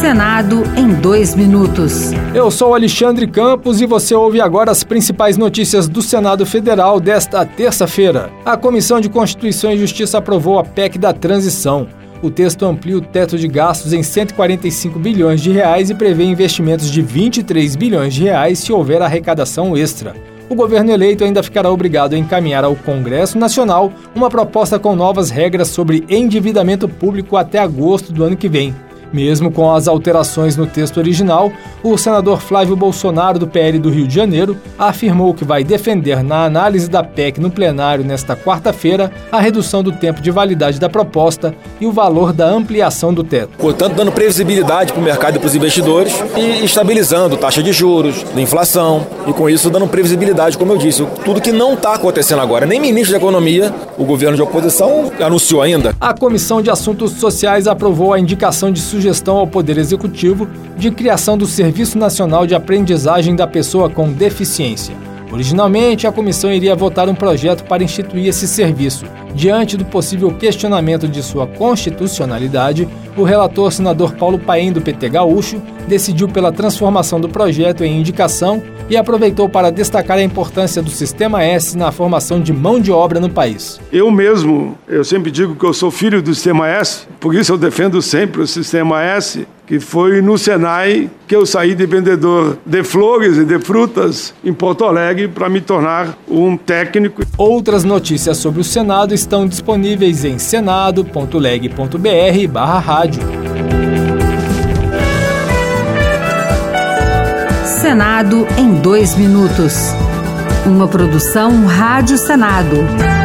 Senado em 2 minutos. Eu sou Alexandre Campos e você ouve agora as principais notícias do Senado Federal desta terça-feira. A Comissão de Constituição e Justiça aprovou a PEC da transição. O texto amplia o teto de gastos em 145 bilhões de reais e prevê investimentos de 23 bilhões de reais se houver arrecadação extra. O governo eleito ainda ficará obrigado a encaminhar ao Congresso Nacional uma proposta com novas regras sobre endividamento público até agosto do ano que vem. Mesmo com as alterações no texto original, o senador Flávio Bolsonaro, do PL do Rio de Janeiro, afirmou que vai defender na análise da PEC no plenário nesta quarta-feira a redução do tempo de validade da proposta e o valor da ampliação do teto. Portanto, dando previsibilidade para o mercado e para os investidores e estabilizando taxa de juros, da inflação e com isso dando previsibilidade, como eu disse, tudo que não está acontecendo agora. Nem ministro da Economia, o governo de oposição anunciou ainda. A Comissão de Assuntos Sociais aprovou a indicação de sugestão ao Poder Executivo de criação do Serviço Nacional de Aprendizagem da Pessoa com Deficiência. Originalmente, a comissão iria votar um projeto para instituir esse serviço. Diante do possível questionamento de sua constitucionalidade, o relator senador Paulo Paim, do PT Gaúcho, decidiu pela transformação do projeto em indicação e aproveitou para destacar a importância do Sistema S na formação de mão de obra no país. Eu sempre digo que eu sou filho do Sistema S, por isso eu defendo sempre o Sistema S, que foi no Senai que eu saí de vendedor de flores e de frutas em Porto Alegre para me tornar um técnico. Outras notícias sobre o Senado estão disponíveis em senado.leg.br/rádio. Senado em 2 minutos. Uma produção Rádio Senado.